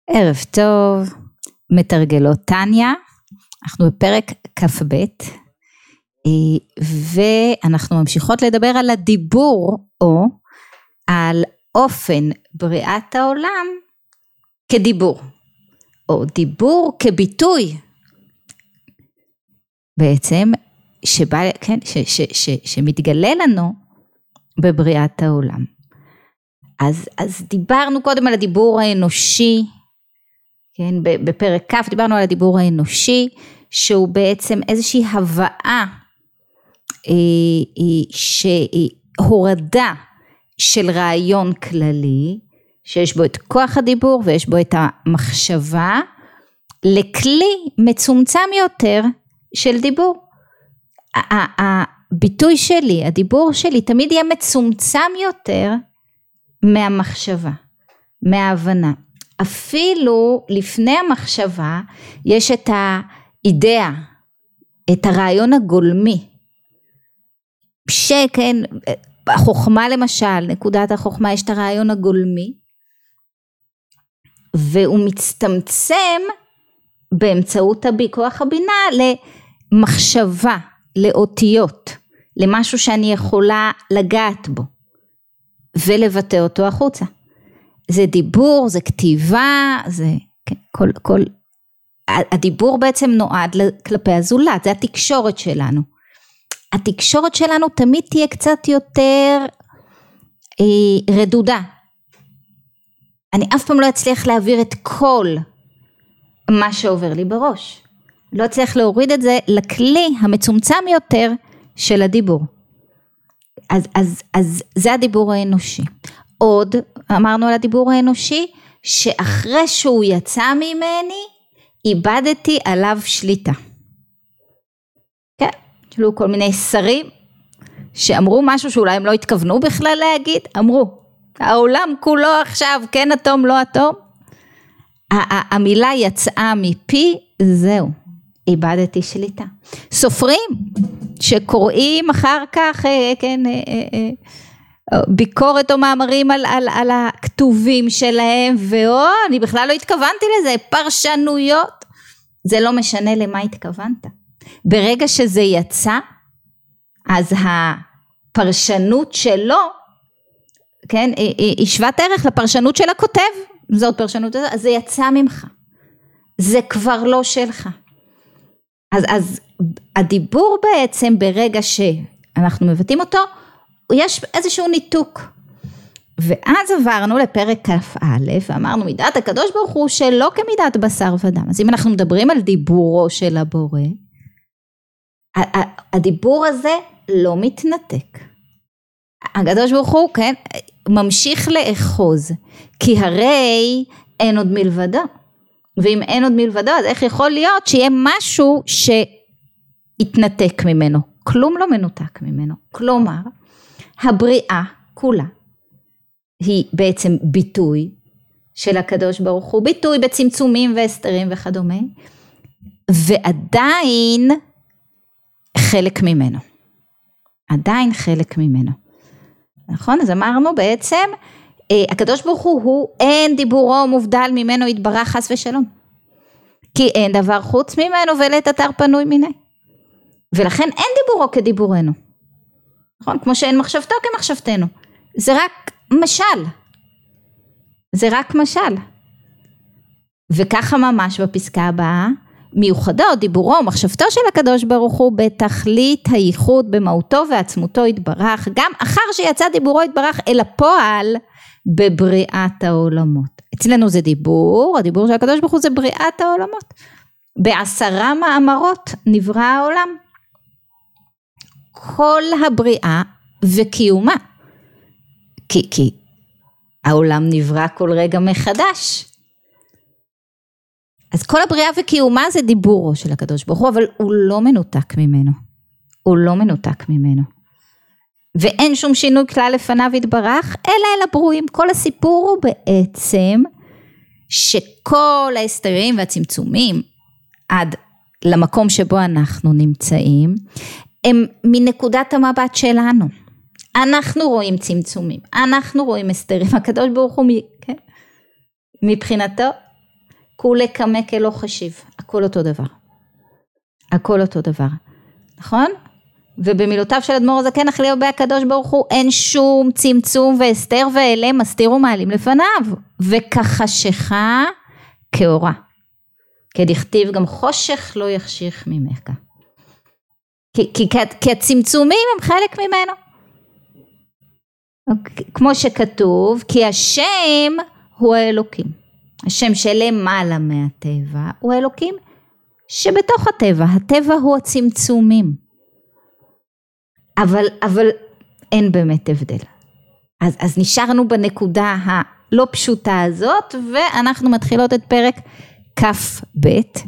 ערב טוב, מתרגלות טניה, אנחנו בפרק כ"ב, ואנחנו ממשיכות לדבר על הדיבור או על אופן בריאת העולם כדיבור, או דיבור כביטוי, בעצם שמתגלה לנו בבריאת העולם. אז דיברנו קודם על הדיבור האנושי, כן, בפרק כ' דיברנו על הדיבור האנושי, שהוא בעצם איזושהי הבאה, שהורדה של רעיון כללי, שיש בו את כוח הדיבור ויש בו את המחשבה, לכלי מצומצם יותר של דיבור. הביטוי שלי, הדיבור שלי, תמיד יהיה מצומצם יותר מהמחשבה, מההבנה. אפילו לפני המחשבה יש את האידאה, את הרעיון הגולמי, שכן, החוכמה למשל, נקודת החוכמה, יש את הרעיון הגולמי, והוא מצטמצם באמצעות כוח הבינה למחשבה, לאותיות, למשהו שאני יכולה לגעת בו, ולבטא אותו החוצה. זה דיבור, זה כתיבה, זה הדיבור בעצם נועד כלפי הזולת, זה התקשורת שלנו. התקשורת שלנו תמיד תהיה קצת יותר רדודה. אני אף פעם לא אצליח להעביר את כל מה שעובר לי בראש. לא אצליח להוריד את זה לכלי המצומצם יותר של הדיבור. אז זה הדיבור האנושי. עוד אמרנו על הדיבור האנושי, שאחרי שהוא יצא ממני, איבדתי עליו שליטה. כן, יש כל מיני שרים, שאמרו משהו שאולי הם לא התכוונו בכלל להגיד, אמרו, העולם כולו עכשיו, כן אטום, לא אטום, המילה יצאה מפי, זהו, איבדתי שליטה. סופרים, שקוראים אחר כך, כן, ביקורת או מאמרים על הכתובים שלהם, אני בכלל לא התכוונתי לזה, פרשנויות, זה לא משנה למה התכוונת. ברגע שזה יצא, אז הפרשנות שלו, כן, היא שוות ערך לפרשנות של הכותב, זאת פרשנות, אז זה יצא ממך, זה כבר לא שלך. אז הדיבור בעצם ברגע שאנחנו מבטאים אותו, יש איזשהו ניתוק. ואז עברנו לפרק כ"א, ואמרנו מידת הקדוש ברוך הוא שלא כמידת בשר ודם. אז אם אנחנו מדברים על דיבורו של הבורא, הדיבור הזה לא מתנתק. הקדוש ברוך הוא, כן, ממשיך לאחוז, כי הרי אין עוד מלבדו. ואם אין עוד מלבדו, אז איך יכול להיות שיהיה משהו שיתנתק ממנו? כלום לא מנותק ממנו. כלומר, הבריאה כולה היא בעצם ביטוי של הקדוש ברוך הוא, ביטוי בצמצומים והסתרים וכדומה, ועדיין חלק ממנו. עדיין חלק ממנו. נכון? אז אמרנו בעצם, הקדוש ברוך הוא אין דיבורו מובדל ממנו יתברך חס ושלום. כי אין דבר חוץ ממנו ולית אתר פנוי מיני. ולכן אין דיבורו כדיבורנו. נכון? כמו שאין מחשבתו כמחשבתנו. זה רק משל. זה רק משל. וככה ממש בפסקה הבאה, מיוחדות דיבורו ומחשבתו של הקדוש ברוך הוא בתכלית הייחוד במהותו ועצמותו יתברך, גם אחר שיצא דיבורו יתברך אל הפועל בבריאת העולמות. אצלנו זה דיבור, הדיבור של הקדוש ברוך הוא זה בריאת העולמות. ב10 מאמרות נברא העולם. כל הבריאה וקיומה. כי העולם נברא כל רגע מחדש. אז כל הבריאה וקיומה זה דיבורו של הקדוש ברוך הוא, אבל הוא לא מנותק ממנו. הוא לא מנותק ממנו. ואין שום שינוי כלל לפניו יתברך, אלא אל הברואים. כל הסיפור הוא בעצם שכל ההסתרים והצמצומים עד למקום שבו אנחנו נמצאים, הם מנקודת המבט שלנו. אנחנו רואים צמצומים, אנחנו רואים הסתרים, הקדוש ברוך הוא, כן? מבחינתו, כולי קמה כלא חשיב, הכל אותו דבר. הכל אותו דבר, נכון? ובמילותיו של אדמו"ר הזקן אכליהו בהקדוש ברוך הוא, אין שום צמצום והסתר ואלה מסתיר ומעלים לפניו, וכחשיכה כאורה. כדכתיב גם חושך לא יחשיך ממך. כי הצמצומים הם חלק ממנו. כמו שכתוב, כי השם הוא האלוקים. השם שלמעלה מהטבע הוא האלוקים, שבתוך הטבע, הטבע הוא הצמצומים. אבל אין באמת הבדל. אז נשארנו בנקודה הלא פשוטה הזאת, ואנחנו מתחילות את פרק כ"ב,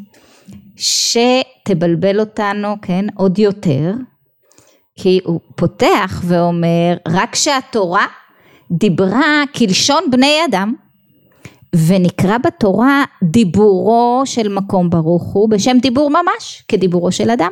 שתבלבל אותנו, כן, עוד יותר, כי הוא פותח ואומר, רק שהתורה דיברה כלשון בני אדם, ונקרא בתורה דיבורו של מקום ברוך הוא, בשם דיבור ממש, כדיבורו של אדם,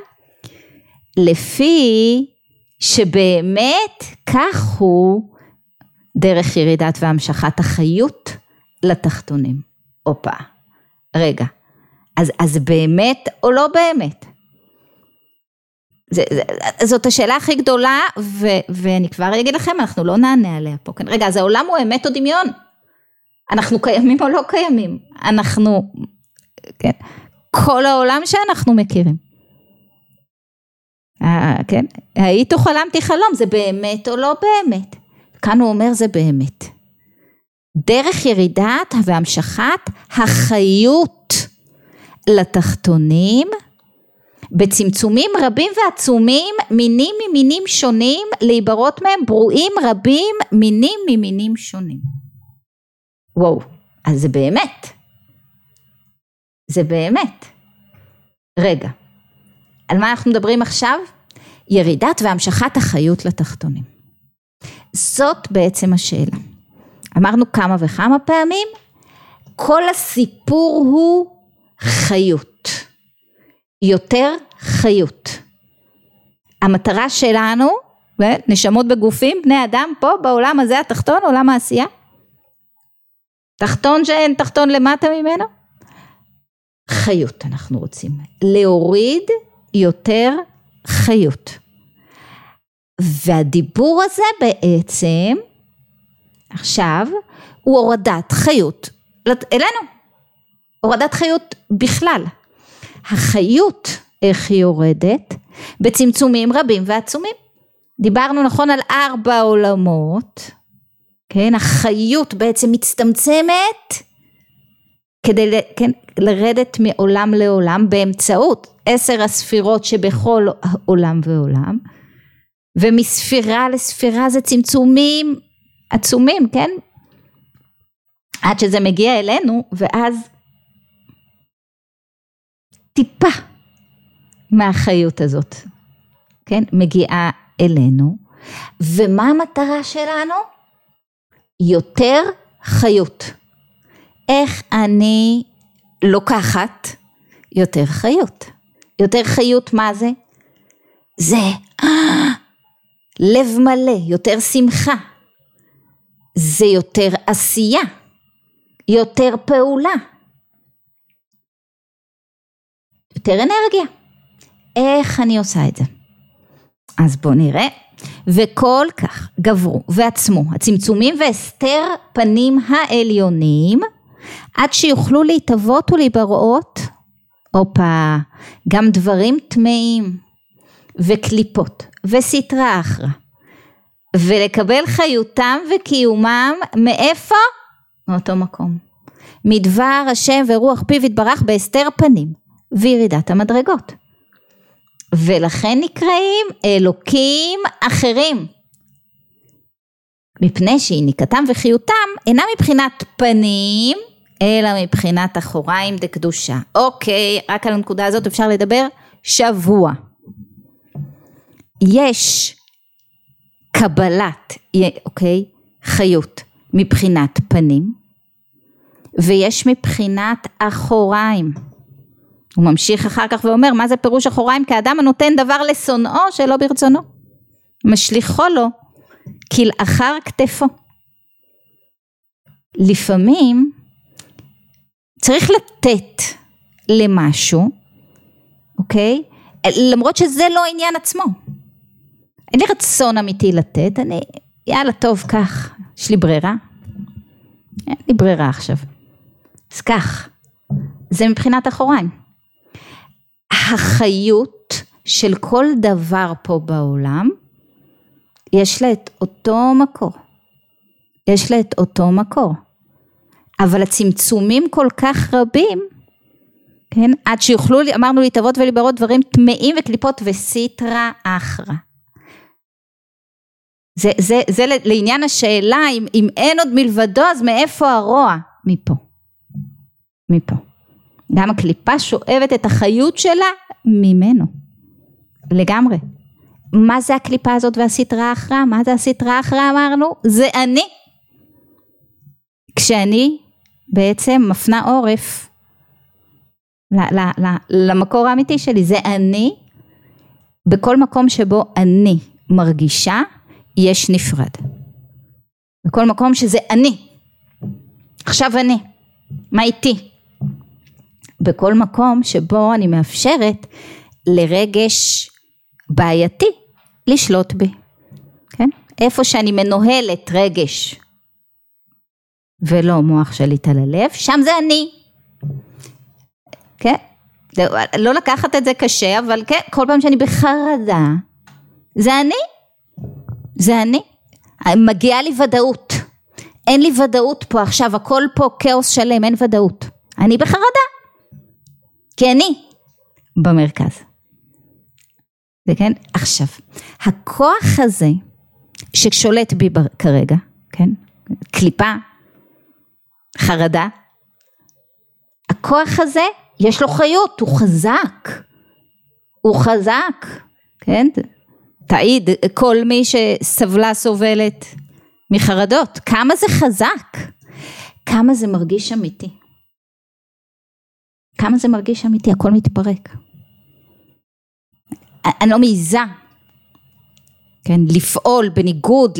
לפי שבאמת כך הוא דרך ירידת והמשכת החיות לתחתונים. אופה, רגע, אז באמת או לא באמת? זאת השאלה הכי גדולה, ואני כבר אגיד לכם, אנחנו לא נענה עליה פה. רגע, אז העולם הוא אמת או דמיון? אנחנו קיימים או לא קיימים? אנחנו, כן, כל העולם שאנחנו מכירים. כן, היית או חלמתי חלום, זה באמת או לא באמת? כאן הוא אומר זה באמת. דרך ירידת והמשכת החיות לתחתונים, בצמצומים רבים ועצומים, מינים ממינים שונים, להיברות מהם ברואים רבים, מינים ממינים שונים. וואו, אז זה באמת. זה באמת. רגע, על מה אנחנו מדברים עכשיו? ירידת והמשכת החיות לתחתונים. זאת בעצם השאלה. אמרנו כמה וכמה פעמים, כל הסיפור הוא חיות. יותר חיות. המטרה שלנו, נשמות בגופים, בני אדם פה בעולם הזה התחתון, עולם העשייה. תחתון שאין תחתון למטה ממנו. חיות אנחנו רוצים. להוריד יותר חיות. והדיבור הזה בעצם, עכשיו, הוא הורדת חיות אלינו. הורדת חיות בכלל. החיות, איך היא יורדת? בצמצומים רבים ועצומים. דיברנו נכון על 4 עולמות, כן? החיות בעצם מצטמצמת, כדי כן, לרדת מעולם לעולם, באמצעות 10 הספירות שבכל עולם ועולם, ומספירה לספירה זה צמצומים עצומים, כן? עד שזה מגיע אלינו, ואז טיפה מהחיות הזאת, כן? מגיעה אלינו, ומה המטרה שלנו? יותר חיות. איך אני לוקחת יותר חיות? יותר חיות מה זה? זה לב מלא, יותר שמחה. זה יותר עשייה, יותר פעולה. יותר אנרגיה. איך אני עושה את זה? אז בואו נראה. וכל כך גברו ועצמו הצמצומים והסתר פנים העליונים, עד שיוכלו להתאבות ולהיבראות, אופה, גם דברים טמאים וקליפות וסתרה אחרא, ולקבל חיותם וקיומם מאיפה? מאותו מקום. מדבר השם ורוח פיו יתברך בהסתר פנים וירידת המדרגות. ולכן נקראים אלוקים אחרים. מפני שיניקתם וחיותם אינה מבחינת פנים, אלא מבחינת אחוריים דקדושה. אוקיי, רק על הנקודה הזאת אפשר לדבר שבוע. יש קבלת, אוקיי, חיות מבחינת פנים, ויש מבחינת אחוריים. הוא ממשיך אחר כך ואומר, מה זה פירוש אחוריים? כאדם הנותן דבר לשונאו שלא ברצונו. משליחו לו, כלאחר כתפו. לפעמים צריך לתת למשהו, אוקיי? למרות שזה לא עניין עצמו. אין לי רצון אמיתי לתת, אני, יאללה טוב, כך, יש לי ברירה. אין לי ברירה עכשיו. אז כך, זה מבחינת אחוריים. החיות של כל דבר פה בעולם, יש לה את אותו מקור. יש לה את אותו מקור. אבל הצמצומים כל כך רבים, כן? עד שיוכלו, אמרנו להתאבות ולברות דברים טמאים וקליפות וסיטרה אחרא. זה לעניין השאלה, אם אין עוד מלבדו, אז מאיפה הרוע? מפה. גם הקליפה שואבת את החיות שלה ממנו. לגמרי. מה זה הקליפה הזאת והסיטרה אחרא? מה זה הסיטרה אחרא אמרנו? זה אני. כשאני בעצם מפנה עורף למקור האמיתי שלי, זה אני, בכל מקום שבו אני מרגישה, יש נפרד. בכל מקום שזה אני, עכשיו אני, מה איתי? בכל מקום שבו אני מאפשרת לרגש בעייתי לשלוט בי, כן? איפה שאני מנוהלת רגש, ולא מוח שליט על הלב, שם זה אני. כן? לא לקחת את זה קשה, אבל כן, כל פעם שאני בחרדה, זה אני. זה אני. מגיעה לי ודאות. אין לי ודאות פה עכשיו, הכל פה כאוס שלם, אין ודאות. אני בחרדה. כי אני במרכז. וכן? עכשיו, הכוח הזה ששולט בי כרגע, כן? קליפה, חרדה, הכוח הזה יש לו חיות, הוא חזק, כן? תעיד כל מי שסבלה סובלת מחרדות, כמה זה חזק, כמה זה מרגיש אמיתי, הכל מתפרק. אני לא מעיזה, כן? לפעול בניגוד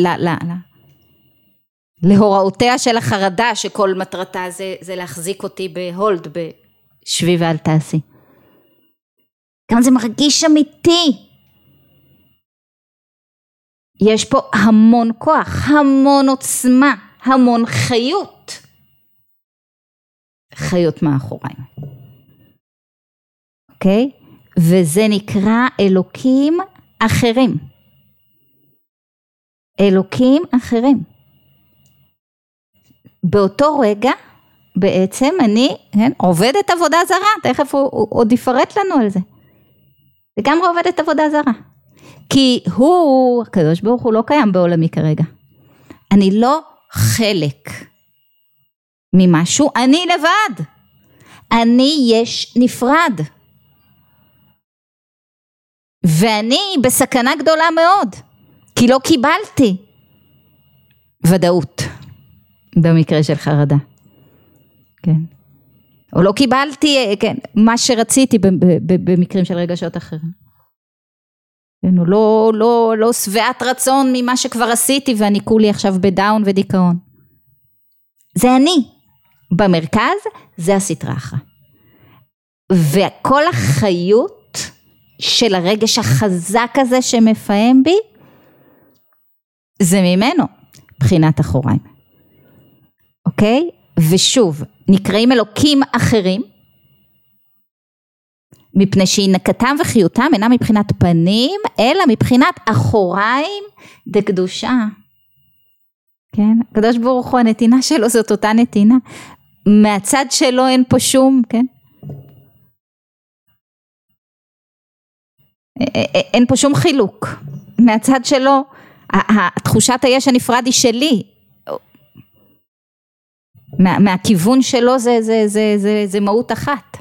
להוראותיה של החרדה, שכל מטרתה זה להחזיק אותי בהולד, בשבי ואל תעשי. כמה זה מרגיש אמיתי. יש פה המון כוח, המון עוצמה, המון חיות. חיות מאחוריים. אוקיי? וזה נקרא אלוקים אחרים. אלוקים אחרים. באותו רגע, בעצם אני עובדת עבודה זרה, תכף הוא עוד יפרט לנו על זה. לגמרי עובדת עבודה זרה. כי הוא, הקדוש ברוך הוא לא קיים בעולמי כרגע. אני לא חלק ממשהו, אני לבד. אני יש נפרד. ואני בסכנה גדולה מאוד, כי לא קיבלתי ודאות. במקרה של חרדה, כן, או לא קיבלתי, כן, מה שרציתי במקרים של רגשות אחרים, כן, או לא שבעת רצון ממה שכבר עשיתי, ואני כולי עכשיו בדאון ודיכאון. זה אני, במרכז, זה הסטרה אחרא. וכל החיות של הרגש החזק הזה שמפעם בי, זה ממנו, בחינת אחוריים. אוקיי? ושוב, נקראים אלוקים אחרים, מפני שהנקתם וחיותם אינה מבחינת פנים, אלא מבחינת אחוריים דקדושה. כן? הקדוש ברוך הוא, הנתינה שלו זאת אותה נתינה. מהצד שלו אין פה שום, כן? אין פה שום חילוק. מהצד שלו, התחושת היש הנפרד היא שלי. מהכיוון שלו זה מהות אחת.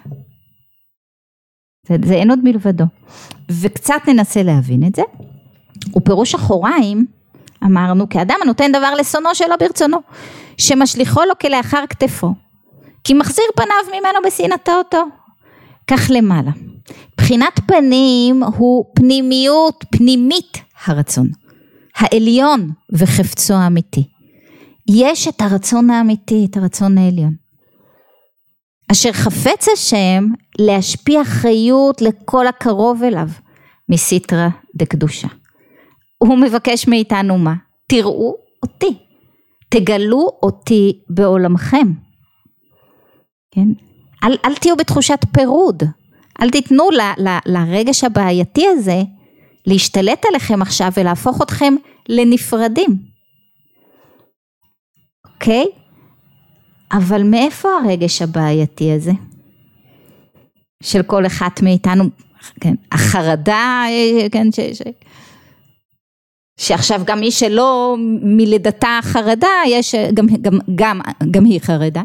זה אין עוד מלבדו. וקצת ננסה להבין את זה. ופירוש אחוריים, אמרנו, כאדם הנותן דבר לשונאו שלא ברצונו, שמשליחו לו כלאחר כתפו, כי מחזיר פניו ממנו בשנאתו אותו. כך למעלה. בחינת פנים הוא פנימיות, פנימית הרצון. העליון וחפצו האמיתי. יש את הרצון האמיתי, את הרצון העליון. אשר חפץ השם להשפיע חיות לכל הקרוב אליו מסיטרא דקדושה. הוא מבקש מאיתנו מה? תראו אותי, תגלו אותי בעולמכם. כן? אל תהיו בתחושת פירוד, אל תיתנו לרגש הבעייתי הזה להשתלט עליכם עכשיו ולהפוך אתכם לנפרדים. אוקיי? אבל מאיפה הרגש הבעייתי הזה? של כל אחת מאיתנו, כן, החרדה, כן, שעכשיו גם מי שלא מלידתה חרדה, יש גם היא חרדה,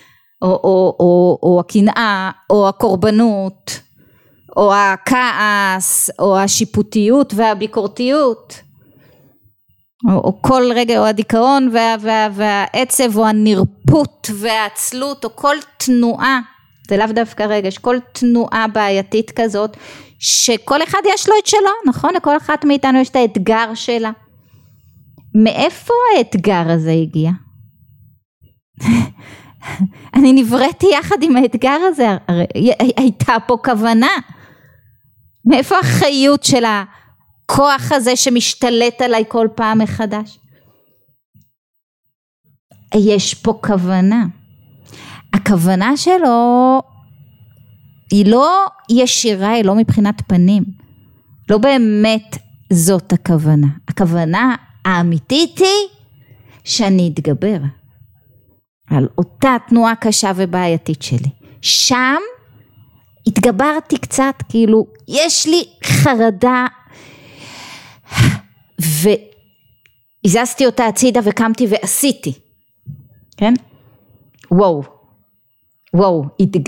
או הקנאה, או הקורבנות, או הכעס, או השיפוטיות והביקורתיות, או כל רגע, או הדיכאון והעצב, או הנרפות והעצלות, או כל תנועה, זה לאו דווקא רגש, כל תנועה בעייתית כזאת, שכל אחד יש לו את שלו, נכון? לכל אחת מאיתנו יש את האתגר שלה. מאיפה האתגר הזה הגיע? אני נבראתי יחד עם האתגר הזה, הייתה פה כוונה. מאיפה החיות של הכוח הזה שמשתלט עליי כל פעם מחדש? יש פה כוונה. הכוונה שלו היא לא ישירה, היא לא מבחינת פנים. לא באמת זאת הכוונה. הכוונה האמיתית היא שאני אתגבר על אותה תנועה קשה ובעייתית שלי. שם התגברתי קצת, כאילו יש לי חרדה והזזתי אותה הצידה וקמתי ועשיתי. כן? וואו,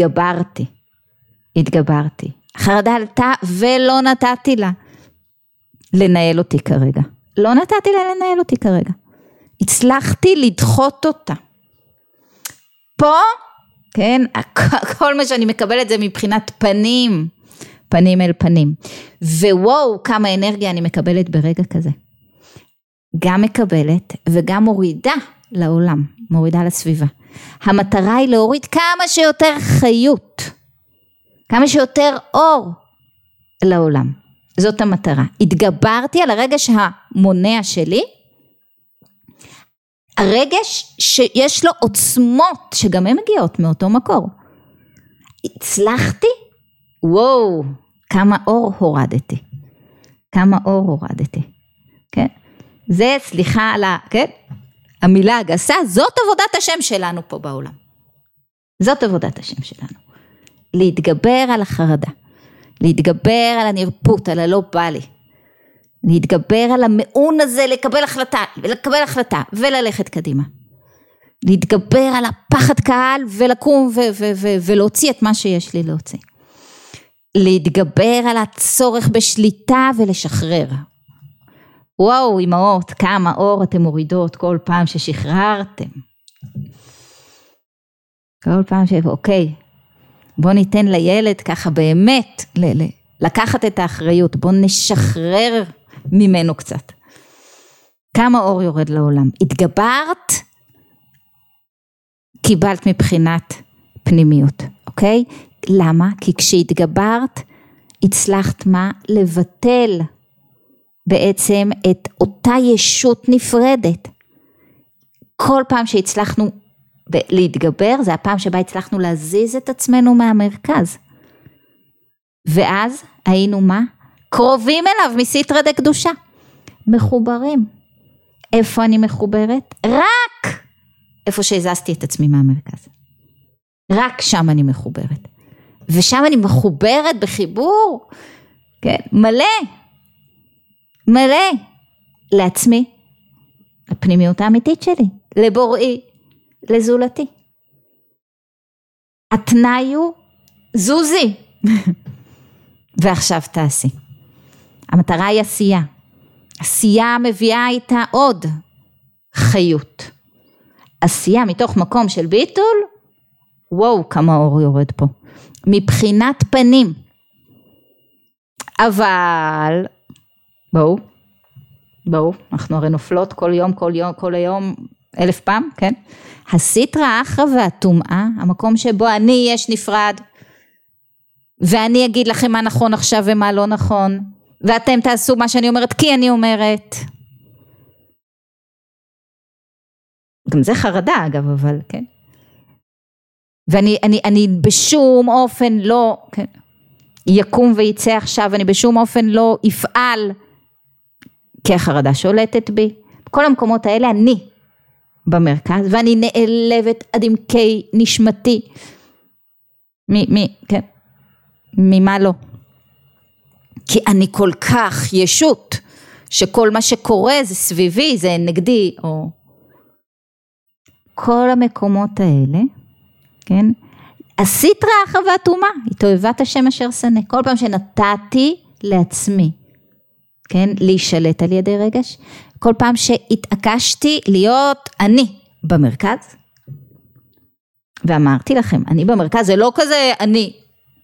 התגברתי. החרדה עלתה ולא נתתי לה לנהל אותי כרגע. הצלחתי לדחות אותה. פה, כן, כל מה שאני מקבלת זה מבחינת פנים אל פנים. ווואו, כמה אנרגיה אני מקבלת ברגע כזה. גם מקבלת וגם מורידה לעולם, מורידה לסביבה. המטרה היא להוריד כמה שיותר חיות, כמה שיותר אור לעולם. זאת המטרה. התגברתי על הרגש המונע שלי, הרגש שיש לו עוצמות, שגם הן מגיעות מאותו מקור. הצלחתי, וואו, כמה אור הורדתי. כן? זה, סליחה על כן? המילה הגסה, זאת עבודת השם שלנו פה בעולם. זאת עבודת השם שלנו. להתגבר על החרדה, להתגבר על הנרפות, על הלא בא לי, להתגבר על המעון הזה, לקבל החלטה וללכת קדימה. להתגבר על הפחד קהל ולקום ולהוציא את מה שיש לי להוציא. להתגבר על הצורך בשליטה ולשחרר. וואו, אמהות, כמה אור אתם מורידות כל פעם ששחררתם. כל פעם אוקיי, בוא ניתן לילד ככה באמת, לקחת את האחריות, בוא נשחרר ממנו קצת. כמה אור יורד לעולם. התגברת, קיבלת מבחינת פנימיות, אוקיי? למה? כי כשהתגברת, הצלחת מה? לבטל בעצם את אותה ישות נפרדת. כל פעם שהצלחנו להתגבר, זה הפעם שבה הצלחנו להזיז את עצמנו מהמרכז. ואז היינו מה? קרובים אליו מסיטרא דקדושה. מחוברים. איפה אני מחוברת? רק איפה שהזזתי את עצמי מהמרכז. רק שם אני מחוברת. ושם אני מחוברת בחיבור, כן, מלא לעצמי, לפנימיות האמיתית שלי, לבוראי, לזולתי. התנאי הוא זוזי. ועכשיו תעשי. המטרה היא עשייה. עשייה מביאה איתה עוד חיות. עשייה מתוך מקום של ביטול, וואו, כמה אור יורד פה. מבחינת פנים. אבל, בואו, אנחנו הרי נופלות כל היום, 1000 פעם, כן? הסיטרא אחרא והטומאה, המקום שבו אני יש נפרד, ואני אגיד לכם מה נכון עכשיו ומה לא נכון, ואתם תעשו מה שאני אומרת כי אני אומרת. גם זה חרדה אגב, אבל כן. ואני בשום אופן לא, כן, יקום ויצא עכשיו, אני בשום אופן לא אפעל, כי החרדה שולטת בי. בכל המקומות האלה אני במרכז, ואני נעלבת עד עמקי נשמתי. כן. ממה לא? כי אני כל כך ישות, שכל מה שקורה זה סביבי, זה נגדי, או כל המקומות האלה, כן? הסיטרא אחרא והטומאה, היא תועבת השם אשר שנא. כל פעם שנתתי לעצמי, כן? להישלט על ידי רגש, כל פעם שהתעקשתי להיות אני במרכז, ואמרתי לכם, אני במרכז, זה לא כזה אני,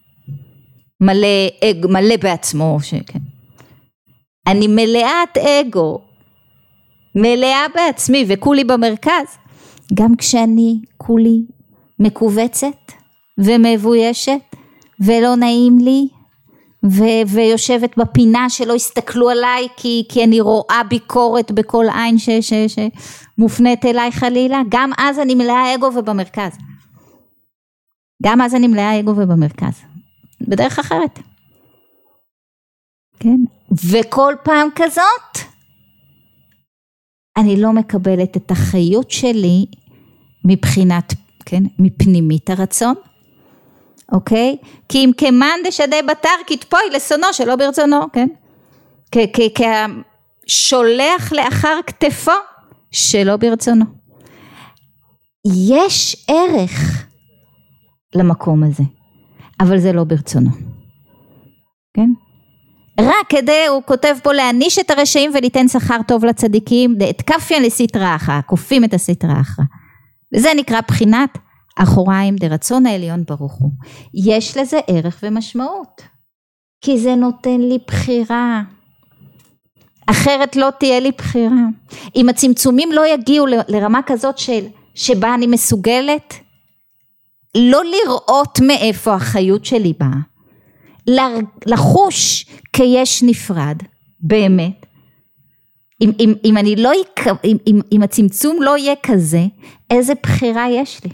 מלא בעצמו, שכן. אני מלאת אגו, מלאה בעצמי וכולי במרכז, גם כשאני כולי מקובצת ומבוישת ולא נעים לי, ויושבת בפינה שלא הסתכלו עליי כי אני רואה ביקורת בכל עין שמופנית אליי חלילה, גם אז אני מלאה אגו ובמרכז. גם אז אני מלאה אגו ובמרכז. בדרך אחרת. כן? וכל פעם כזאת, אני לא מקבלת את החיות שלי מבחינת, כן? מפנימית הרצון. אוקיי? כי אם כמאן דשדי בתר כתפוי לשונו שלא ברצונו, כן? כששולח לאחר כתפו שלא ברצונו. יש ערך למקום הזה, אבל זה לא ברצונו. כן? רק כדי, הוא כותב פה, להעניש את הרשעים וליתן שכר טוב לצדיקים, את כפיין לסיטרא אחרא, כופים את הסיטרא אחרא. וזה נקרא בחינת אחוריים דרצון העליון ברוך הוא. יש לזה ערך ומשמעות, כי זה נותן לי בחירה, אחרת לא תהיה לי בחירה. אם הצמצומים לא יגיעו לרמה כזאת שבה אני מסוגלת, לא לראות מאיפה החיות שלי באה, לחוש כיש נפרד, באמת, אם הצמצום לא יהיה כזה, איזה בחירה יש לי?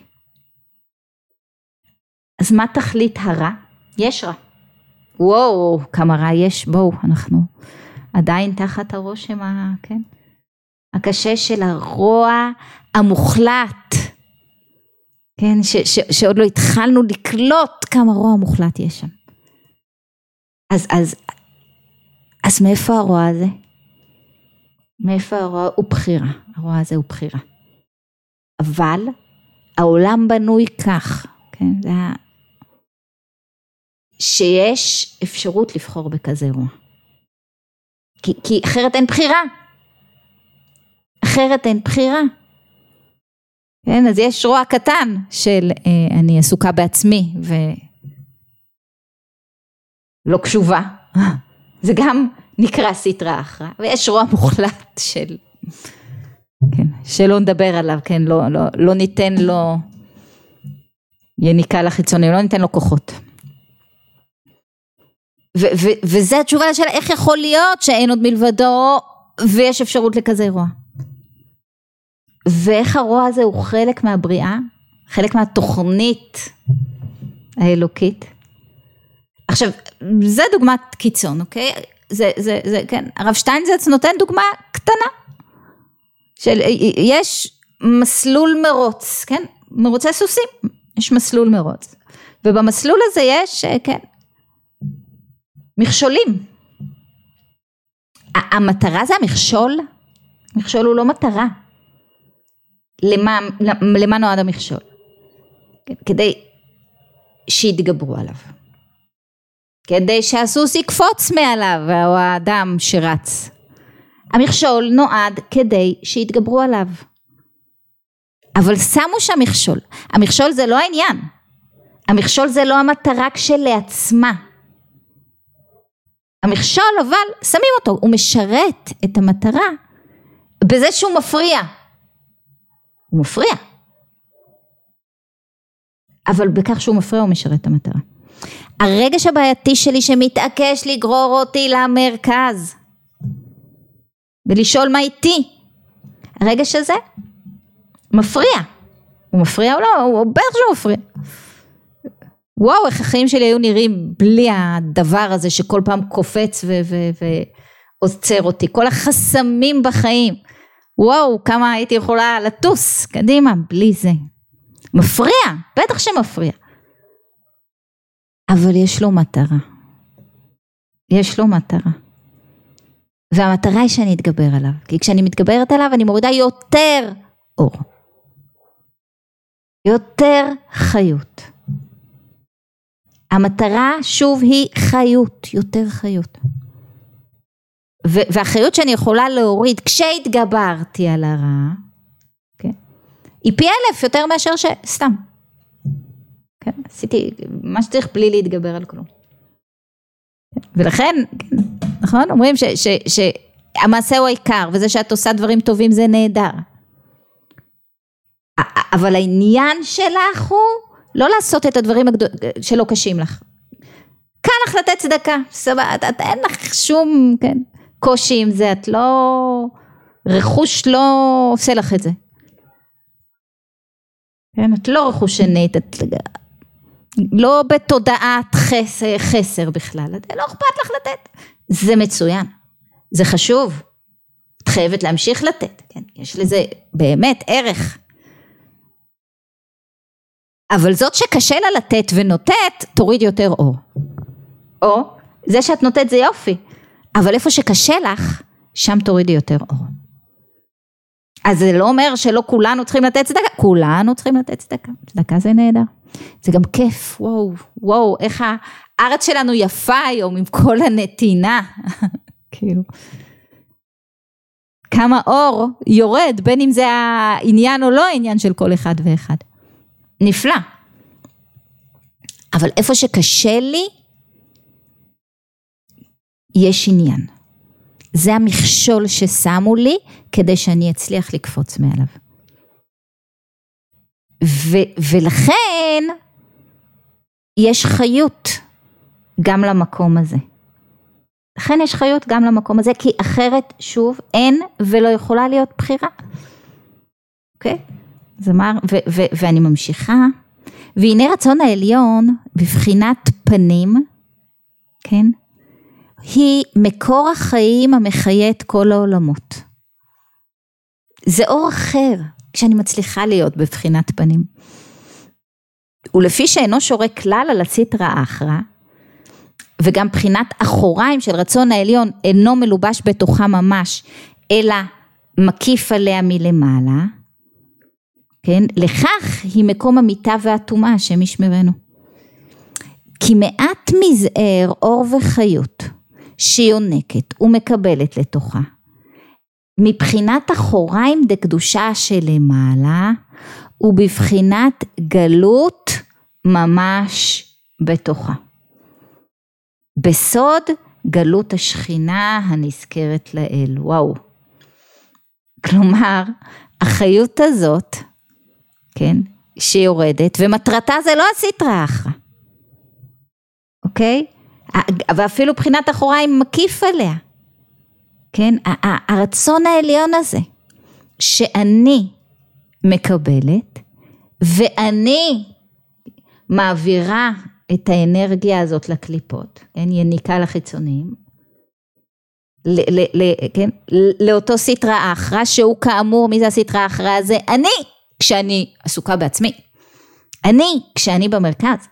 אז מה תכלית הרע? יש רע. וואו, כמה רע יש, בואו, אנחנו עדיין תחת הרושם, כן? הקשה של הרוע המוחלט, כן? שעוד לא התחלנו לקלוט כמה רוע מוחלט יש שם. אז מאיפה הרוע הזה? מאיפה הרוע הוא בחירה? הרוע הזה הוא בחירה. אבל העולם בנוי כך, כן? זה שיש אפשרות לבחור בכזה רוע. כי אחרת אין בחירה. אחרת אין בחירה. כן? אז יש רוע קטן של אני עסוקה בעצמי ולא קשובה. זה גם נקרא סיטרא אחרא. ויש רוע מוחלט כן, שלא נדבר עליו, כן? לא ניתן לו יניקה לחיצוני, לא ניתן לו כוחות. וזה התשובה לשאלה, איך יכול להיות שאין עוד מלבדו ויש אפשרות לכזה רוע? ואיך הרוע הזה הוא חלק מהבריאה, חלק מהתוכנית האלוקית. עכשיו, זה דוגמת קיצון, אוקיי? זה, כן, הרב שטיינזלץ נותן דוגמה קטנה, יש מסלול מרוץ, כן? מרוצי סוסים, יש מסלול מרוץ, ובמסלול הזה יש, כן, מכשולים. המטרה זה המכשול, מכשול הוא לא מטרה. למה נועד המכשול? כדי שיתגברו עליו. כדי שהסוס יקפוץ מעליו, או האדם שרץ. המכשול נועד כדי שיתגברו עליו. אבל שמו שם מכשול. המכשול זה לא העניין. המכשול זה לא המטרה כשלעצמה. המכשול אבל שמים אותו, הוא משרת את המטרה בזה שהוא מפריע. הוא מפריע. אבל בכך שהוא מפריע הוא משרת את המטרה. הרגש הבעייתי שלי שמתעקש לגרור אותי למרכז, ולשאול מה איתי, הרגש הזה מפריע. הוא מפריע או לא? הוא בטח שהוא מפריע. וואו, איך החיים שלי היו נראים בלי הדבר הזה שכל פעם קופץ ועוצר אותי. כל החסמים בחיים. וואו, כמה הייתי יכולה לטוס קדימה בלי זה. מפריע, בטח שמפריע. אבל יש לו מטרה. יש לו מטרה. והמטרה היא שאני אתגבר עליו. כי כשאני מתגברת עליו אני מורידה יותר אור. יותר חיות. המטרה שוב היא חיות, יותר חיות. והחיות שאני יכולה להוריד כשהתגברתי על הרע, כן? היא פי 1000 יותר מאשר סתם. כן? עשיתי מה שצריך בלי להתגבר על כלום. ולכן, נכון? אומרים שהמעשה הוא העיקר, וזה שאת עושה דברים טובים זה נהדר. אבל העניין שלך הוא לא לעשות את הדברים שלא קשים לך. קל לך לתת צדקה, אין לך שום קושי עם זה, את לא, רכוש לא עושה לך את זה. את לא רכושנית, את לא בתודעת חסר בכלל, לא אכפת לך לתת. זה מצוין, זה חשוב, את חייבת להמשיך לתת, יש לזה באמת ערך. אבל זאת שקשה לה לתת ונותת, תוריד יותר אור. או, זה שאת נותת זה יופי, אבל איפה שקשה לך, שם תורידי יותר אור. אז זה לא אומר שלא כולנו צריכים לתת צדקה, כולנו צריכים לתת צדקה. צדקה זה נהדר. זה גם כיף, וואו, איך הארץ שלנו יפה היום עם כל הנתינה. כאילו. כמה אור יורד, בין אם זה העניין או לא העניין של כל אחד ואחד. נפלא. אבל איפה שקשה לי, יש עניין. זה המכשול ששמו לי, כדי שאני אצליח לקפוץ מעליו. ולכן, יש חיות גם למקום הזה. לכן יש חיות גם למקום הזה, כי אחרת שוב אין ולא יכולה להיות בחירה. אוקיי? אז אמר, ואני ממשיכה, והנה רצון העליון, בבחינת פנים, כן? היא מקור החיים המחיה את כל העולמות. זה אור אחר, כשאני מצליחה להיות בבחינת פנים. ולפי שאינו שורה כלל על הסטרא אחרא, וגם בחינת אחוריים של רצון העליון אינו מלובש בתוכה ממש, אלא מקיף עליה מלמעלה, כן? לכך היא מקום המיטה והטומאה, השם ישמרנו. כי מעט מזער אור וחיות, שיונקת ומקבלת לתוכה, מבחינת אחוריים דקדושה שלמעלה, ובבחינת גלות ממש בתוכה. בסוד גלות השכינה הנזכרת לאל. וואו. כלומר, החיות הזאת, כן, שיורדת, ומטרתה זה לא הסטרא אחרא. אוקיי? ואפילו בחינת אחוריים מקיף עליה. כן? הרצון העליון הזה, שאני מקבלת, ואני מעבירה את האנרגיה הזאת לקליפות, כן? יניקה לחיצוניים, כן? לאותו סטרא אחרא, שהוא כאמור, מי זה הסטרא אחרא הזה? אני, כשאני עסוקה בעצמי. אני, כשאני במרכז.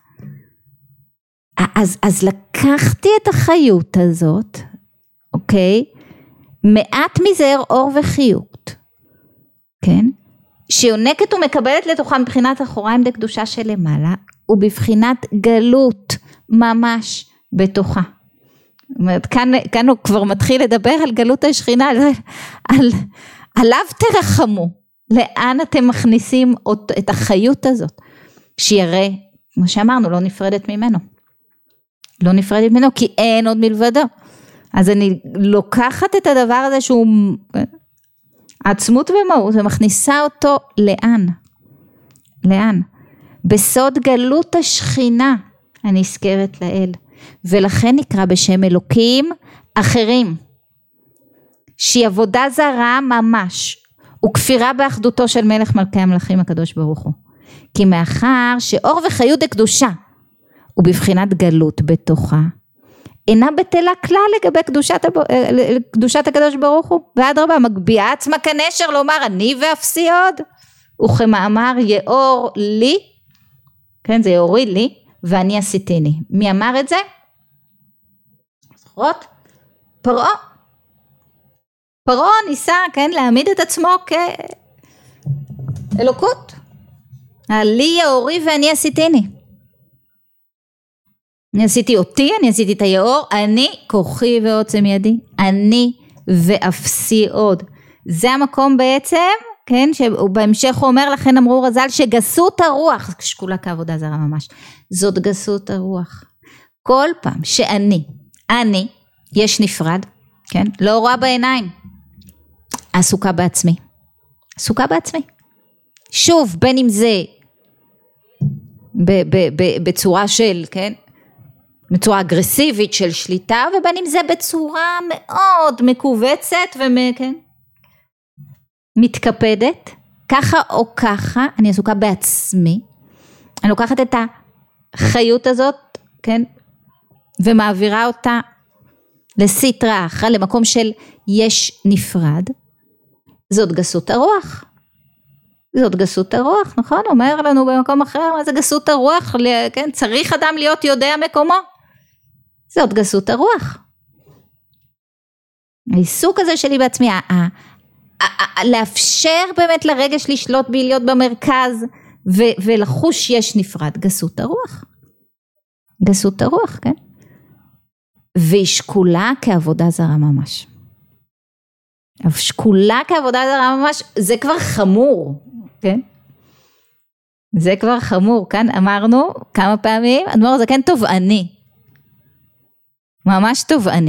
אז לקחתי את החיות הזאת, אוקיי? מעט מזער אור וחיות, כן? שיונקת ומקבלת לתוכה מבחינת אחוריים דקדושה שלמעלה, ובבחינת גלות ממש בתוכה. זאת אומרת, כאן הוא כבר מתחיל לדבר על גלות השכינה, עליו תרחמו, לאן אתם מכניסים את החיות הזאת, שיראה, כמו שאמרנו, לא נפרדת ממנו. לא נפרדת ממנו, כי אין עוד מלבדו. אז אני לוקחת את הדבר הזה שהוא, עצמות ומהות, ומכניסה אותו לאן? לאן? בסוד גלות השכינה הנזכרת לאל, ולכן נקרא בשם אלוקים אחרים, שהיא עבודה זרה ממש, וכפירה באחדותו של מלך מלכי המלכים הקדוש ברוך הוא, כי מאחר שאור וחיות הקדושה, ובבחינת גלות בתוכה, אינה בטלה כלל לגבי קדושת הקדוש ברוך הוא, ואדרבה מגביעה עצמה כנשר לומר אני ואפסי עוד, וכמאמר יאור לי, כן זה יאורי לי, ואני עשיתיני. מי אמר את זה? זוכרות? פרעה. פרעה ניסה, כן, להעמיד את עצמו כאלוקות. לי יאורי ואני עשיתיני. אני עשיתי אותי, אני עשיתי את היאור, אני כוחי ועוצם ידי, אני ואפסי עוד. זה המקום בעצם, כן, שבהמשך הוא אומר, לכן אמרו רז"ל שגסות הרוח, שקולה כעבודה זרה ממש, זאת גסות הרוח. כל פעם שאני, יש נפרד, כן, לא רואה בעיניים, עסוקה בעצמי, עסוקה בעצמי. שוב, בין אם זה בצורה של, כן, בצורה אגרסיבית של שליטה, ובין אם זה בצורה מאוד מקובצת וכן, מתקפדת, ככה או ככה, אני עסוקה בעצמי, אני לוקחת את החיות הזאת, כן, ומעבירה אותה לסטרה אחרה, למקום של יש נפרד, זאת גסות הרוח. זאת גסות הרוח, נכון? אומר לנו במקום אחר, מה זה גסות הרוח? כן? צריך אדם להיות יודע מקומו. זאת גסות הרוח. העיסוק הזה שלי בעצמי, לאפשר באמת לרגש לשלוט בי, להיות במרכז, ולחוש יש נפרד, גסות הרוח. גסות הרוח, כן? והיא שקולה כעבודה זרה ממש. אבל שקולה כעבודה זרה ממש, זה כבר חמור, כן? זה כבר חמור, כאן אמרנו כמה פעמים, אדמו"ר זה כן תובעני, ממש תובעני.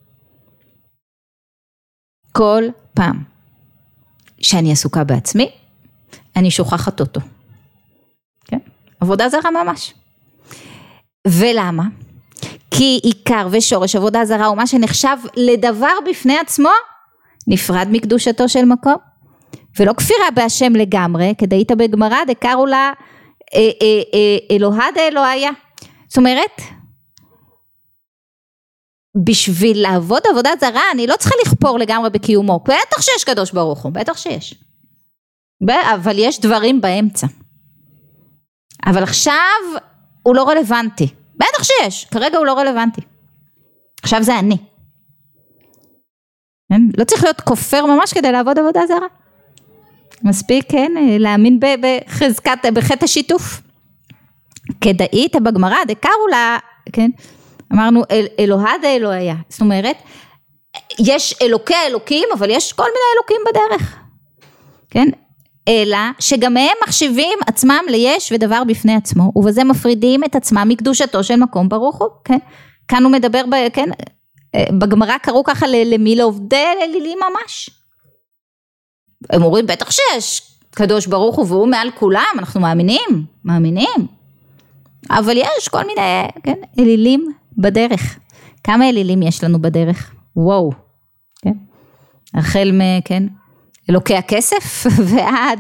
כל פעם שאני עסוקה בעצמי, אני שוכחת אותו. כן? עבודה זרה ממש. ולמה? כי עיקר ושורש עבודה זרה הוא מה שנחשב לדבר בפני עצמו, נפרד מקדושתו של מקום, ולא כפירה בהשם לגמרי, כדי איתה בגמרא, דקראו לה אלוהה דאלוהיה. זאת אומרת, בשביל לעבוד עבודה זרה, אני לא צריכה לכפור לגמרי בקיומו, בטח שיש קדוש ברוך הוא, בטח שיש. אבל יש דברים באמצע. אבל עכשיו הוא לא רלוונטי. בטח שיש, כרגע הוא לא רלוונטי. עכשיו זה אני. לא צריך להיות כופר ממש כדי לעבוד עבודה זרה. מספיק, כן, להאמין בחטא השיתוף. כדאית בגמרא, דקראו לה, כן, אמרנו אלוהה דאלוהיה. זאת אומרת, יש אלוקי האלוקים, אבל יש כל מיני אלוקים בדרך. כן, אלא שגם הם מחשיבים עצמם ליש ודבר בפני עצמו, ובזה מפרידים את עצמם מקדושתו של מקום ברוך הוא. כן, כאן הוא מדבר, כן, בגמרא קראו ככה למי? לעובדי אלילים ממש. הם אומרים בטח שיש קדוש ברוך הוא והוא מעל כולם, אנחנו מאמינים. אבל יש כל מיני, כן, אלילים בדרך. כמה אלילים יש לנו בדרך? וואו. כן? החל כן, אלוקי הכסף ועד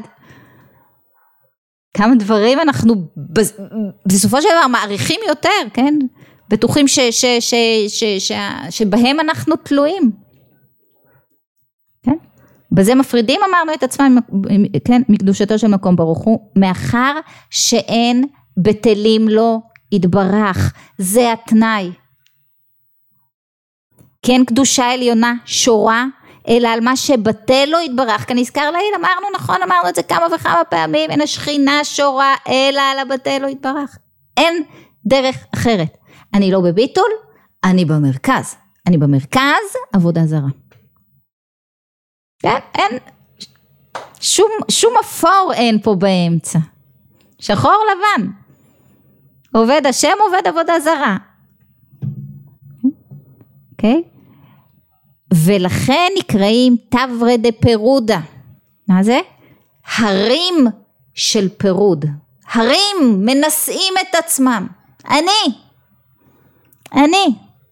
כמה דברים אנחנו בסופו של דבר מעריכים יותר, כן? בטוחים שבהם אנחנו תלויים. כן? בזה מפרידים אמרנו את עצמם, כן, מקדושתו של מקום ברוך הוא, מאחר שאין בטלים לו יתברך, זה התנאי. כן, קדושה עליונה שורה, אלא על מה שבטל לו יתברך, כאן נזכר לעיל, אמרנו נכון, אמרנו את זה כמה וכמה פעמים, אין השכינה שורה, אלא על הבטל לו יתברך. אין דרך אחרת. אני לא בביטול, אני במרכז. אני במרכז, עבודה זרה. כן? אין, שום אפור אין פה באמצע. שחור לבן. עובד השם, עובד עבודה זרה. אוקיי? ולכן נקראים תברא דפירודה. מה זה? הרים של פירוד. הרים מנשאים את עצמם. אני.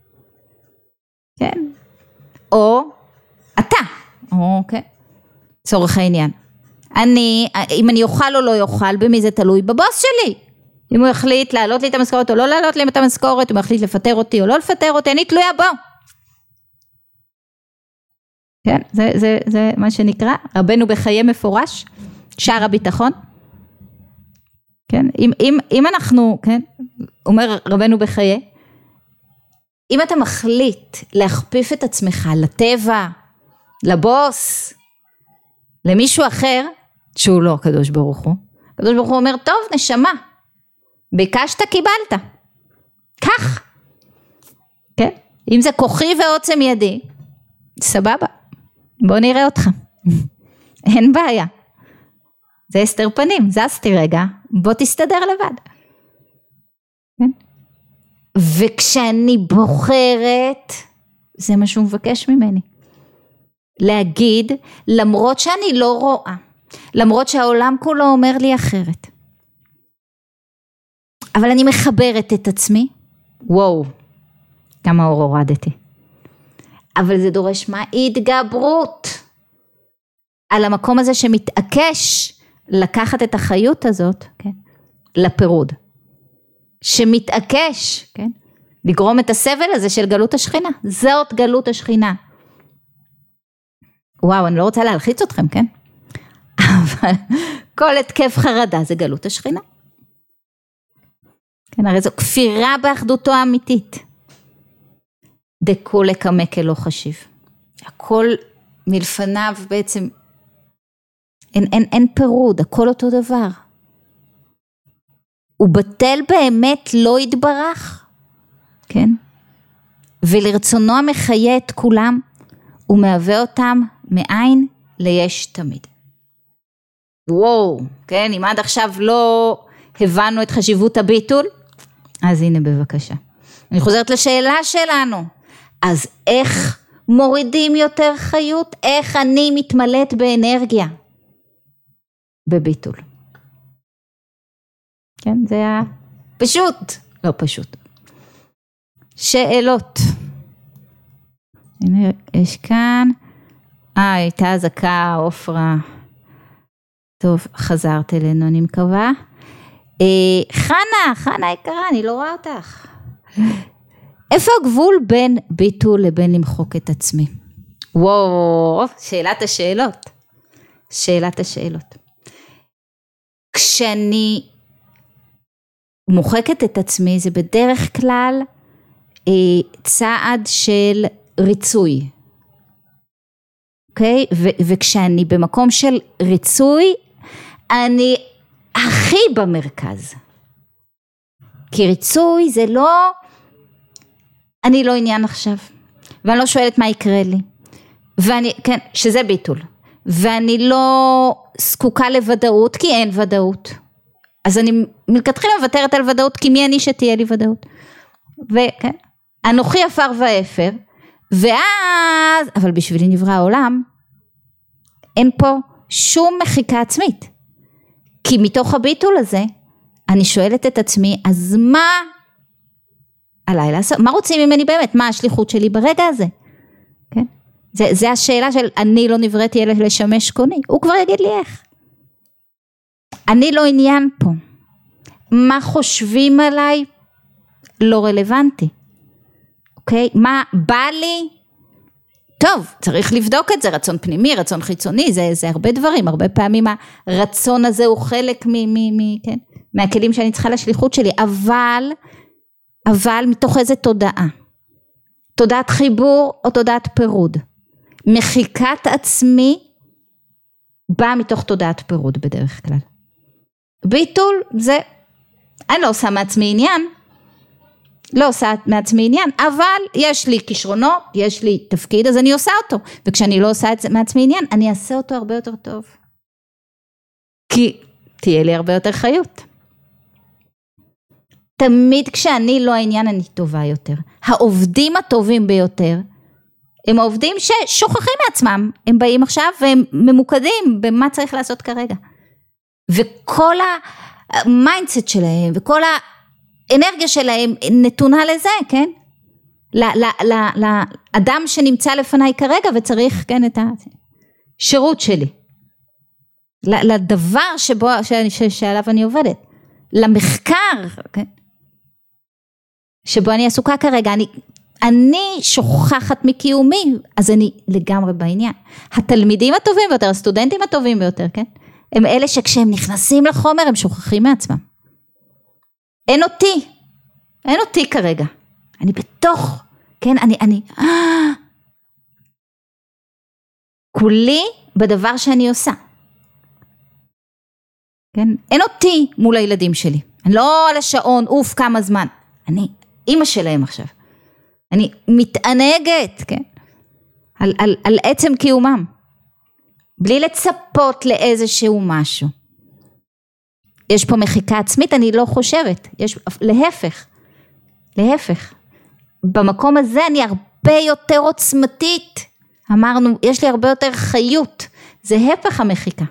כן. או אתה. אוקיי. צורך העניין. אם אני אוכל או לא יוכל, במי זה תלוי? בבוס שלי. אם הוא יחליט להעלות לי את המשכורת או לא להעלות לי את המשכורת, אם הוא יחליט לפטר אותי או לא לפטר אותי, אני תלויה בו. כן, זה מה שנקרא, רבנו בחיי מפורש, שער הביטחון. כן, אם אנחנו, כן, אומר רבנו בחיי, אם אתה מחליט להכפיף את עצמך לטבע, לבוס, למישהו אחר, שהוא לא הקדוש ברוך הוא, הקדוש ברוך הוא אומר, טוב נשמה, ביקשת קיבלת, כך, כן, אם זה כוחי ועוצם ידי, סבבה, בוא נראה אותך, אין בעיה, זה הסתר פנים, זזתי רגע, בוא תסתדר לבד, כן? וכשאני בוחרת, זה מה שהוא מבקש ממני, להגיד, למרות שאני לא רואה, למרות שהעולם כולו אומר לי אחרת, אבל אני מחברת את עצמי, וואו, כמה אור הורדתי, אבל זה דורש מה? התגברות, על המקום הזה שמתעקש, לקחת את החיות הזאת, כן? לפירוד, שמתעקש, כן? לגרום את הסבל הזה של גלות השכינה, זאת גלות השכינה, וואו, אני לא רוצה להלחיץ אתכם, כן? אבל כל התקף חרדה זה גלות השכינה. כן, הרי זו כפירה באחדותו האמיתית. דקו לקמק אלו חשיב. הכל מלפניו בעצם, אין פירוד, הכל אותו דבר. הוא בטל באמת לא יתברך, כן? ולרצונו המחיה את כולם, הוא מהווה אותם מאין ליש תמיד. וואו, כן, אם עד עכשיו לא הבנו את חשיבות הביטול, אז הנה בבקשה. אני חוזרת לשאלה שלנו, אז איך מורידים יותר חיות? איך אני מתמלאת באנרגיה? בביטול. כן, זה היה פשוט, לא פשוט. שאלות. הנה, יש כאן, הייתה הזקה, אופרה. טוב, חזרת אלינו, אני מקווה. חנה יקרה, אני לא רואה אותך. איפה הגבול בין ביטול לבין למחוק את עצמי? וואו, שאלת השאלות. כשאני מוחקת את עצמי, זה בדרך כלל צעד של ריצוי. אוקיי? וכשאני במקום של ריצוי, אני הכי במרכז. כי ריצוי זה לא, אני לא עניין עכשיו, ואני לא שואלת מה יקרה לי, כן, שזה ביטול, ואני לא זקוקה לוודאות, כי אין ודאות, אז אני מלכתחילה מוותרת על ודאות, כי מי אני שתהיה לי ודאות, וכן, אנוכי אפר ואפר, ואז, אבל בשבילי נברא העולם, אין פה שום מחיקה עצמית, כי מתוך הביטול הזה, אני שואלת את עצמי, אז מה עליי לעשות? מה רוצים ממני באמת? מה השליחות שלי ברגע הזה? כן? זה השאלה של אני לא נבראתי אלא לשמש קוני. הוא כבר יגיד לי איך. אני לא עניין פה. מה חושבים עליי? לא רלוונטי. אוקיי? מה בא לי? טוב, צריך לבדוק את זה, רצון פנימי, רצון חיצוני, זה הרבה דברים, הרבה פעמים הרצון הזה הוא חלק כן? מהכלים שאני צריכה לשליחות שלי, אבל מתוך איזה תודעה? תודעת חיבור או תודעת פירוד? מחיקת עצמי באה מתוך תודעת פירוד בדרך כלל. ביטול זה, אני לא עושה מעצמי עניין, אבל יש לי כישרונות, יש לי תפקיד, אז אני עושה אותו, וכשאני לא עושה את זה מעצמי עניין, אני אעשה אותו הרבה יותר טוב. כי תהיה לי הרבה יותר חיות. תמיד כשאני לא העניין אני טובה יותר. העובדים הטובים ביותר, הם עובדים ששוכחים מעצמם, הם באים עכשיו והם ממוקדים במה צריך לעשות כרגע. וכל המיינדסט שלהם וכל האנרגיה שלהם נתונה לזה, כן? לאדם שנמצא לפניי כרגע וצריך, כן, את השירות שלי. לדבר שעליו אני עובדת. למחקר, כן? שבו אני עסוקה כרגע, אני שוכחת מקיומי, אז אני לגמרי בעניין. התלמידים הטובים ביותר, הסטודנטים הטובים ביותר, כן? הם אלה שכשהם נכנסים לחומר, הם שוכחים מעצמם. אין אותי כרגע. אני בתוך, כן? כולי בדבר שאני עושה. כן? אין אותי מול הילדים שלי. אני לא על השעון, כמה זמן. אני אמא שלהם עכשיו. אני מתענגת, כן? על עצם קיומם. בלי לצפות לאיזשהו משהו. יש פה מחיקה עצמית, אני לא חושבת. יש, להפך. במקום הזה אני הרבה יותר עוצמתית. אמרנו, יש לי הרבה יותר חיות. זה הפך המחיקה.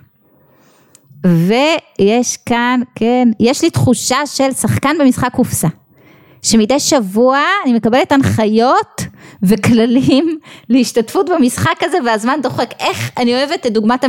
ויש כאן, כן, יש לי תחושה של שחקן במשחק קופסה. שמדי שבוע אני מקבלת הנחיות וכללים להשתתפות במשחק הזה, והזמן דוחק. איך אני אוהבת את דוגמת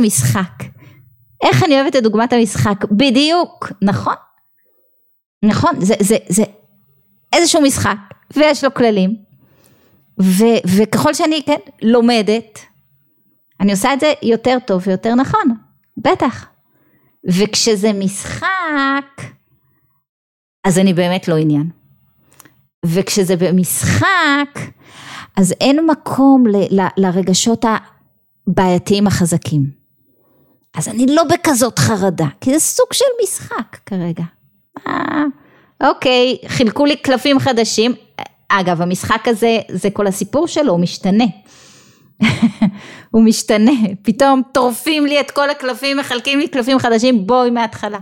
המשחק. בדיוק, נכון, זה איזשהו משחק, ויש לו כללים, וככל שאני, כן, לומדת, אני עושה את זה יותר טוב ויותר נכון, בטח. וכשזה משחק, אז אני באמת לא עניין. וכשזה במשחק, אז אין מקום לרגשות הבעייתיים החזקים. אז אני לא בכזאת חרדה, כי זה סוג של משחק כרגע. אוקיי, חילקו לי קלפים חדשים. אגב, המשחק הזה, זה כל הסיפור שלו, הוא משתנה. הוא משתנה. פתאום טורפים לי את כל הקלפים, מחלקים לי קלפים חדשים, בואי מההתחלה.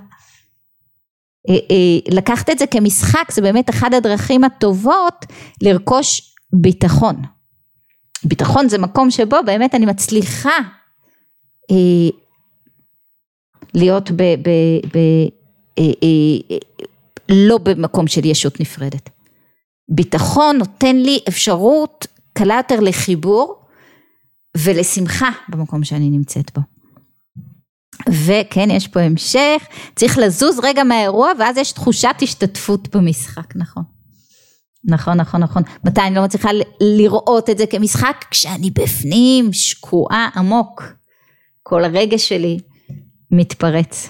לקחת את זה כמשחק, זה באמת אחד הדרכים הטובות לרכוש ביטחון. ביטחון זה מקום שבו באמת אני מצליחה להיות לא במקום של ישות נפרדת. ביטחון נותן לי אפשרות קלה יותר לחיבור ולשמחה במקום שאני נמצאת בו. וכן, יש פה המשך, צריך לזוז רגע מהאירוע, ואז יש תחושת השתתפות במשחק, נכון. מתי אני לא מצליחה לראות את זה כמשחק? כשאני בפנים, שקועה עמוק. כל הרגש שלי מתפרץ.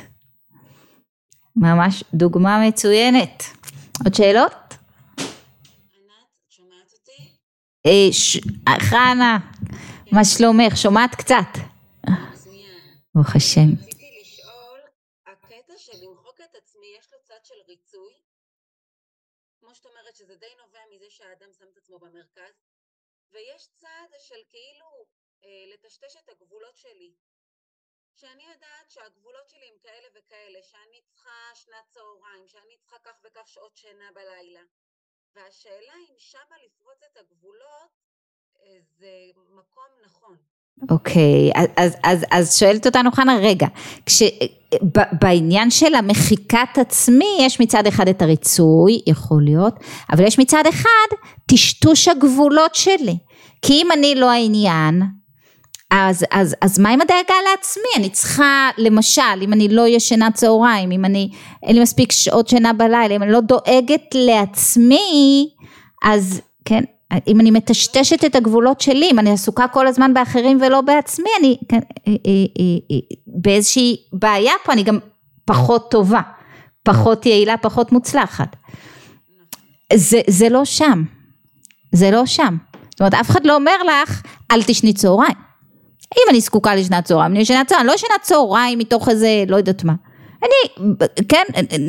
ממש דוגמה מצוינת. עוד שאלות? ענת, שומעת אותי? חנה, מה שלומך? שומעת קצת? ברוך השם. רציתי לשאול, הקטע של למחוק את עצמי, יש לו צד של ריצוי? כמו שאת אומרת שזה די נובע מזה שהאדם שם את עצמו במרכז, ויש צד של כאילו לטשטש את הגבולות שלי. שאני יודעת שהגבולות שלי הם כאלה וכאלה, שאני צריכה שנת צהריים, שאני צריכה כך וכך שעות שינה בלילה. והשאלה אם שמה לפרוץ את הגבולות, זה מקום נכון. אוקיי, אז שואלת אותנו חנה, רגע, בעניין של המחיקת עצמי, יש מצד אחד את הריצוי, יכול להיות, אבל יש מצד אחד, טשטוש הגבולות שלי, כי אם אני לא העניין, אז מה עם הדאגה לעצמי? אני צריכה, למשל, אם אני לא ישנה צהריים, אם אין לי מספיק שעות שינה בלילה, אם אני לא דואגת לעצמי, אז כן, אם אני מטשטשת את הגבולות שלי, אם אני עסוקה כל הזמן באחרים ולא בעצמי, אני באיזושהי בעיה פה, אני גם פחות טובה, פחות יעילה, פחות מוצלחת. זה לא שם. זאת אומרת, אף אחד לא אומר לך, אל תשני צהריים. אם אני זקוקה לשנת צהריים, אני ישנה צהריים, לא ישנה צהריים מתוך איזה, לא יודעת מה. אני, כן,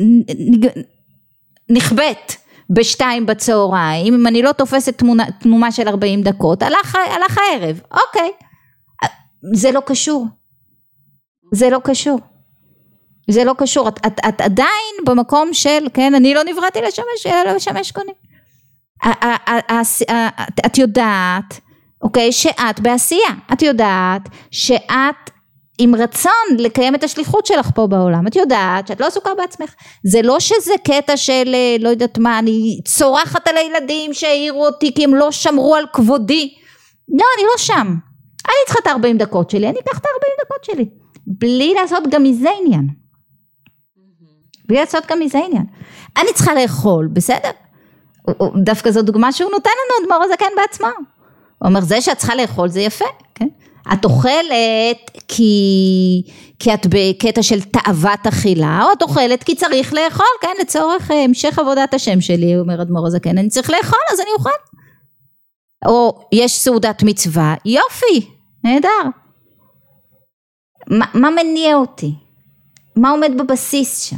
נכבט. 2 בצהריים, אם אני לא תופסת תנומה של 40 דקות, הלך הערב, אוקיי, זה לא קשור, את עדיין במקום של, כן, אני לא נבראתי לשמש קונים, את יודעת, אוקיי, שאת בעשייה, את יודעת שאת עם רצון לקיים את השליחות שלך פה בעולם, את יודעת שאת לא עסוקה בעצמך, זה לא שזה קטע של לא יודעת מה, אני צורחת על הילדים שהעירו אותי כי הם לא שמרו על כבודי, לא, אני לא שם, אני צריכה את 40 דקות שלי, אני אקח את 40 דקות שלי, בלי לעשות גם מזה עניין, בלי לעשות גם מזה עניין, אני צריכה לאכול, בסדר, דווקא זו דוגמה שהוא נותן לנו, אדמו"ר הזקן בעצמו, הוא אומר זה שאת צריכה לאכול זה יפה, כן? את אוכלת כי את בקטע של תאוות אכילה, או את אוכלת כי צריך לאכול, כן? לצורך המשך עבודת השם שלי, אומר אדמו"ר הזקן, אני צריך לאכול אז אני אוכל. או יש סעודת מצווה, יופי, נהדר. מה מניע אותי? מה עומד בבסיס שם?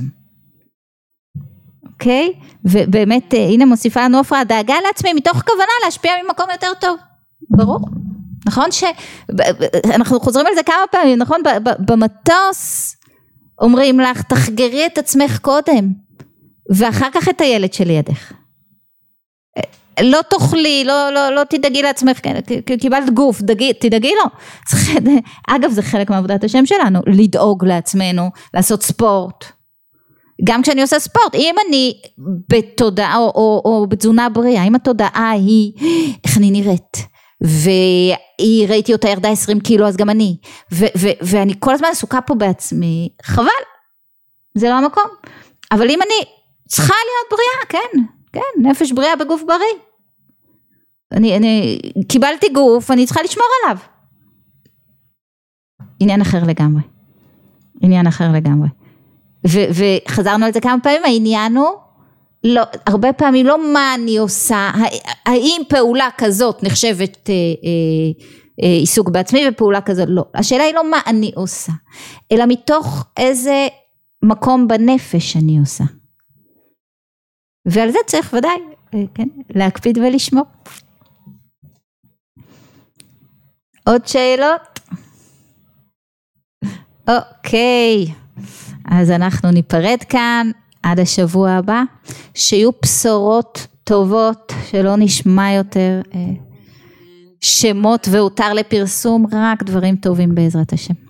אוקיי? ובאמת, הנה מוסיפה לנו עפרה, דאגה לעצמי מתוך כוונה להשפיע ממקום יותר טוב. ברור. נכון שאנחנו חוזרים על זה כמה פעמים, נכון? במטוס אומרים לך, תחגרי את עצמך קודם, ואחר כך את הילד שלידך. לא תאכלי, לא תדאגי לעצמך, קיבלת גוף, תדאגי לו. אגב, זה חלק מעבודת השם שלנו, לדאוג לעצמנו, לעשות ספורט. גם כשאני עושה ספורט, אם אני בתודעה או בתזונה בריאה, אם התודעה היא, איך אני נראית? והיא ראיתי אותה ירדה 20 קילו אז גם אני ואני כל הזמן עסוקה פה בעצמי, חבל, זה לא המקום, אבל אם אני צריכה להיות בריאה, כן, נפש בריאה בגוף בריא, אני קיבלתי גוף, אני צריכה לשמור עליו, עניין אחר לגמרי, וחזרנו על זה כמה פעמים, העניין הוא לא, הרבה פעמים לא מה אני עושה, האם פעולה כזאת נחשבת עיסוק בעצמי ופעולה כזאת לא, השאלה היא לא מה אני עושה, אלא מתוך איזה מקום בנפש אני עושה, ועל זה צריך ודאי, כן, להקפיד ולשמור. עוד שאלות? אוקיי, אז אנחנו ניפרד כאן, עד השבוע הבא, שיהיו בשורות טובות, שלא נשמע יותר שמות והותר לפרסום, רק דברים טובים בעזרת השם.